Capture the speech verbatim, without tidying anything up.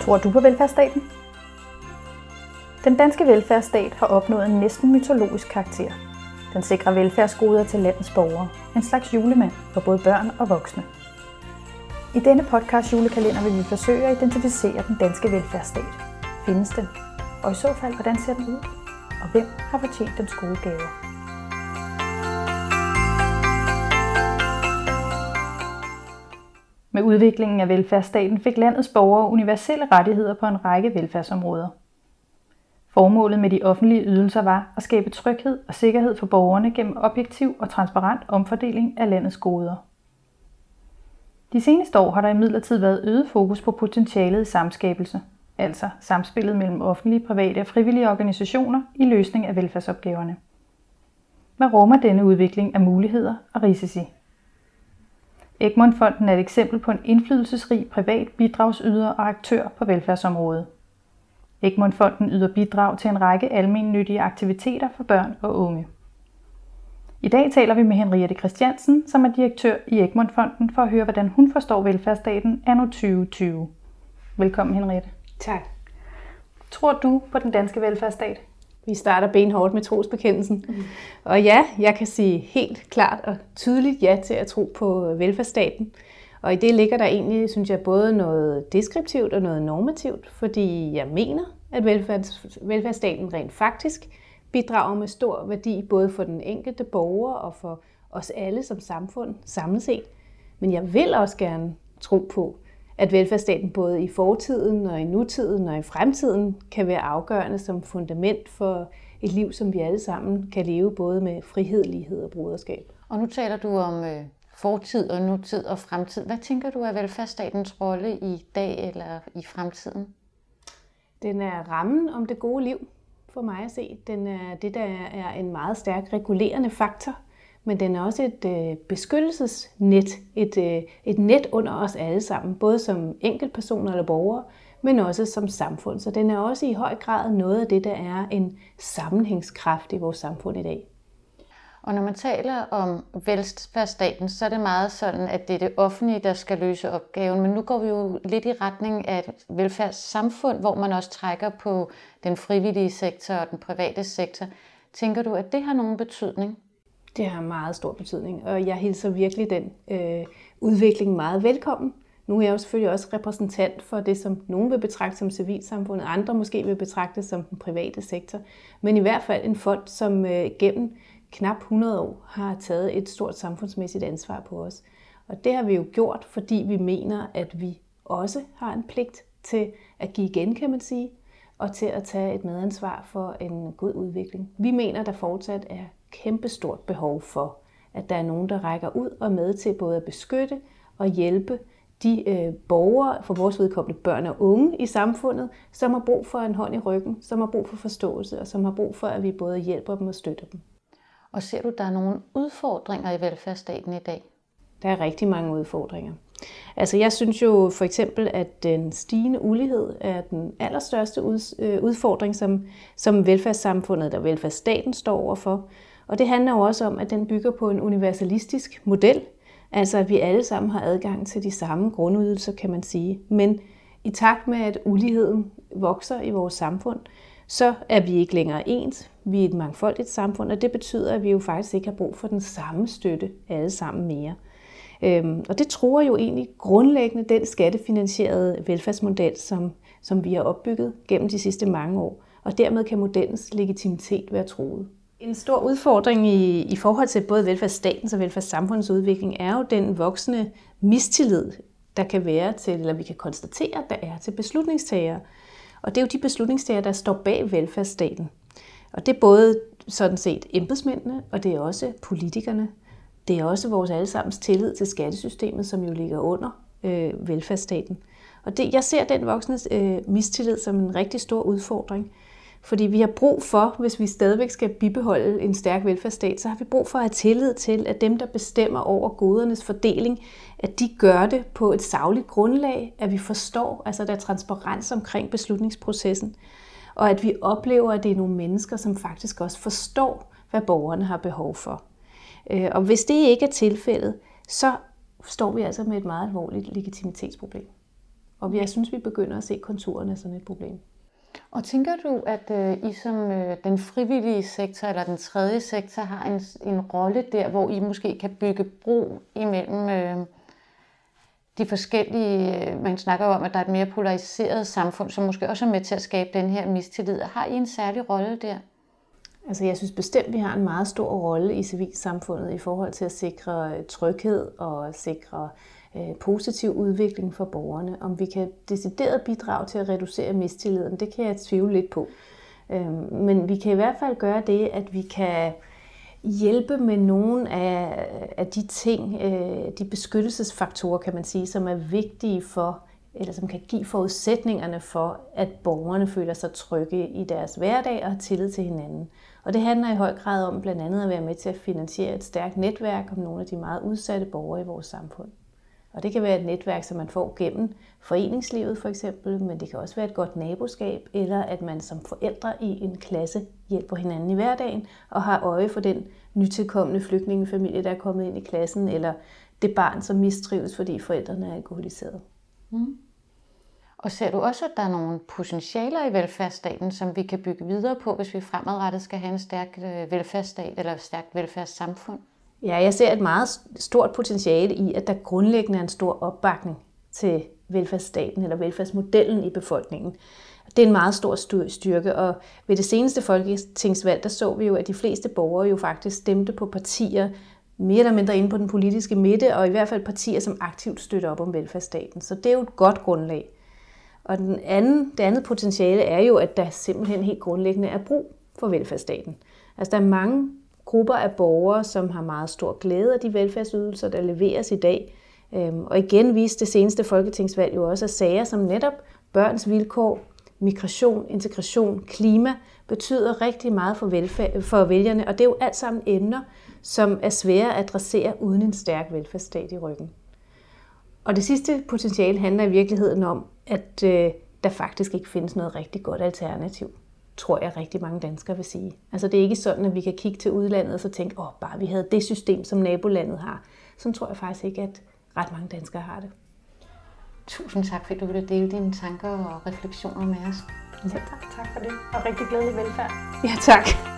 Tror du på velfærdsstaten? Den danske velfærdsstat har opnået en næsten mytologisk karakter. Den sikrer velfærdsgoder til landets borgere. En slags julemand for både børn og voksne. I denne podcast julekalender vil vi forsøge at identificere den danske velfærdsstat. Findes den? Og i så fald, hvordan ser den ud? Og hvem har fortjent dens gode gaver? Med udviklingen af velfærdsstaten fik landets borgere universelle rettigheder på en række velfærdsområder. Formålet med de offentlige ydelser var at skabe tryghed og sikkerhed for borgerne gennem objektiv og transparent omfordeling af landets goder. De seneste år har der imidlertid været øget fokus på potentialet i samskabelse, altså samspillet mellem offentlige, private og frivillige organisationer i løsning af velfærdsopgaverne. Hvad rummer denne udvikling af muligheder og risici? Egmont Fonden er et eksempel på en indflydelsesrig privat bidragsyder og aktør på velfærdsområdet. Egmont Fonden yder bidrag til en række almennyttige aktiviteter for børn og unge. I dag taler vi med Henriette Christiansen, som er direktør i Egmont Fonden, for at høre, hvordan hun forstår velfærdsstaten anno tyve tyve. Velkommen, Henriette. Tak. Tror du på den danske velfærdsstat? Vi starter benhårdt med trosbekendelsen. Mm. Og ja, jeg kan sige helt klart og tydeligt ja til at tro på velfærdsstaten. Og i det ligger der egentlig, synes jeg, både noget deskriptivt og noget normativt, fordi jeg mener, at velfærds, velfærdsstaten rent faktisk bidrager med stor værdi, både for den enkelte borger og for os alle som samfund samlet set. Men jeg vil også gerne tro på, at velfærdsstaten både i fortiden og i nutiden og i fremtiden kan være afgørende som fundament for et liv, som vi alle sammen kan leve både med frihed, lighed og broderskab. Og nu taler du om øh, fortid og nutid og fremtid. Hvad tænker du er velfærdsstatens rolle i dag eller i fremtiden? Den er rammen om det gode liv, for mig at se. Den er det, der er en meget stærk regulerende faktor, men den er også et øh, beskyttelsesnet, et, øh, et net under os alle sammen, både som enkeltpersoner eller borgere, men også som samfund. Så den er også i høj grad noget af det, der er en sammenhængskraft i vores samfund i dag. Og når man taler om velfærdsstaten, så er det meget sådan, at det er det offentlige, der skal løse opgaven. Men nu går vi jo lidt i retning af et velfærdssamfund, hvor man også trækker på den frivillige sektor og den private sektor. Tænker du, at det har nogen betydning? Det har meget stor betydning, og jeg hilser virkelig den øh, udvikling meget velkommen. Nu er jeg jo selvfølgelig også repræsentant for det, som nogen vil betragte som civilsamfundet, andre måske vil betragte som den private sektor. Men i hvert fald en fond, som øh, gennem knap hundrede år har taget et stort samfundsmæssigt ansvar på os. Og det har vi jo gjort, fordi vi mener, at vi også har en pligt til at give igen, kan man sige, og til at tage et medansvar for en god udvikling. Vi mener, der fortsat er kæmpestort behov for, at der er nogen, der rækker ud og med til både at beskytte og hjælpe de øh, borgere, for vores vedkommende børn og unge i samfundet, som har brug for en hånd i ryggen, som har brug for forståelse, og som har brug for, at vi både hjælper dem og støtter dem. Og ser du, der er nogle udfordringer i velfærdsstaten i dag? Der er rigtig mange udfordringer. Altså jeg synes jo for eksempel, at den stigende ulighed er den allerstørste udfordring, som, som velfærdssamfundet og velfærdsstaten står overfor. Og det handler jo også om, at den bygger på en universalistisk model, altså at vi alle sammen har adgang til de samme grundydelser, kan man sige. Men i takt med, at uligheden vokser i vores samfund, så er vi ikke længere ens. Vi er et mangfoldigt samfund, og det betyder, at vi jo faktisk ikke har brug for den samme støtte alle sammen mere. Øhm, og det tror jo egentlig grundlæggende den skattefinansierede velfærdsmodel, som, som vi har opbygget gennem de sidste mange år. Og dermed kan modellens legitimitet være truet. En stor udfordring i, i forhold til både velfærdsstatens og velfærdssamfundets udvikling er jo den voksende mistillid, der kan være til, eller vi kan konstatere, der er til beslutningstagere. Og det er jo de beslutningstagere, der står bag velfærdsstaten. Og det er både sådan set embedsmændene, og det er også politikerne. Det er også vores allesammens tillid til skattesystemet, som jo ligger under øh, velfærdsstaten. Og det, jeg ser den voksne øh, mistillid som en rigtig stor udfordring. Fordi vi har brug for, hvis vi stadigvæk skal bibeholde en stærk velfærdsstat, så har vi brug for at have tillid til, at dem, der bestemmer over godernes fordeling, at de gør det på et sagligt grundlag, at vi forstår, altså der er transparens omkring beslutningsprocessen, og at vi oplever, at det er nogle mennesker, som faktisk også forstår, hvad borgerne har behov for. Og hvis det ikke er tilfældet, så står vi altså med et meget alvorligt legitimitetsproblem. Og jeg synes, vi begynder at se konturerne af sådan et problem. Og tænker du, at øh, I som øh, den frivillige sektor eller den tredje sektor har en, en rolle der, hvor I måske kan bygge bro imellem øh, de forskellige, øh, man snakker om, at der er et mere polariseret samfund, som måske også er med til at skabe den her mistillid. Har I en særlig rolle der? Altså jeg synes bestemt, at vi har en meget stor rolle i civilsamfundet i forhold til at sikre tryghed og sikre øh, positiv udvikling for borgerne. Om vi kan decideret bidrage til at reducere mistilliden, det kan jeg tvivle lidt på. Øh, men vi kan i hvert fald gøre det, at vi kan hjælpe med nogle af, af de ting, øh, de beskyttelsesfaktorer, kan man sige, som er vigtige for, eller som kan give forudsætningerne for, at borgerne føler sig trygge i deres hverdag og har tillid til hinanden. Og det handler i høj grad om blandt andet at være med til at finansiere et stærkt netværk om nogle af de meget udsatte borgere i vores samfund. Og det kan være et netværk, som man får gennem foreningslivet for eksempel, men det kan også være et godt naboskab, eller at man som forældre i en klasse hjælper hinanden i hverdagen og har øje for den nytilkommende flygtningefamilie, der er kommet ind i klassen, eller det barn, som mistrives, fordi forældrene er alkoholiseret. Mm. Og ser du også, at der er nogle potentialer i velfærdsstaten, som vi kan bygge videre på, hvis vi fremadrettet skal have en stærk velfærdsstat eller et stærkt velfærdssamfund? Ja, jeg ser et meget stort potentiale i, at der grundlæggende er en stor opbakning til velfærdsstaten eller velfærdsmodellen i befolkningen. Det er en meget stor styrke, og ved det seneste folketingsvalg, der så vi jo, at de fleste borgere jo faktisk stemte på partier, mere eller mindre inde på den politiske midte, og i hvert fald partier, som aktivt støtter op om velfærdsstaten. Så det er jo et godt grundlag. Og den anden, det andet potentiale er jo, at der simpelthen helt grundlæggende er brug for velfærdsstaten. Altså der er mange grupper af borgere, som har meget stor glæde af de velfærdsydelser, der leveres i dag. Og igen viste det seneste folketingsvalg jo også, at sager som netop børns vilkår, migration, integration, klima, betyder rigtig meget for, velfærd, for vælgerne. Og det er jo alt sammen emner, som er svære at adressere uden en stærk velfærdsstat i ryggen. Og det sidste potentiale handler i virkeligheden om, at øh, der faktisk ikke findes noget rigtig godt alternativ, tror jeg rigtig mange danskere vil sige. Altså det er ikke sådan, at vi kan kigge til udlandet og så tænke, åh, bare vi havde det system, som nabolandet har. Sådan tror jeg faktisk ikke, at ret mange danskere har det. Tusind tak, fordi du ville dele dine tanker og refleksioner med os. Ja, tak. Tak for det. Og rigtig glædelig velfærd. Ja, tak.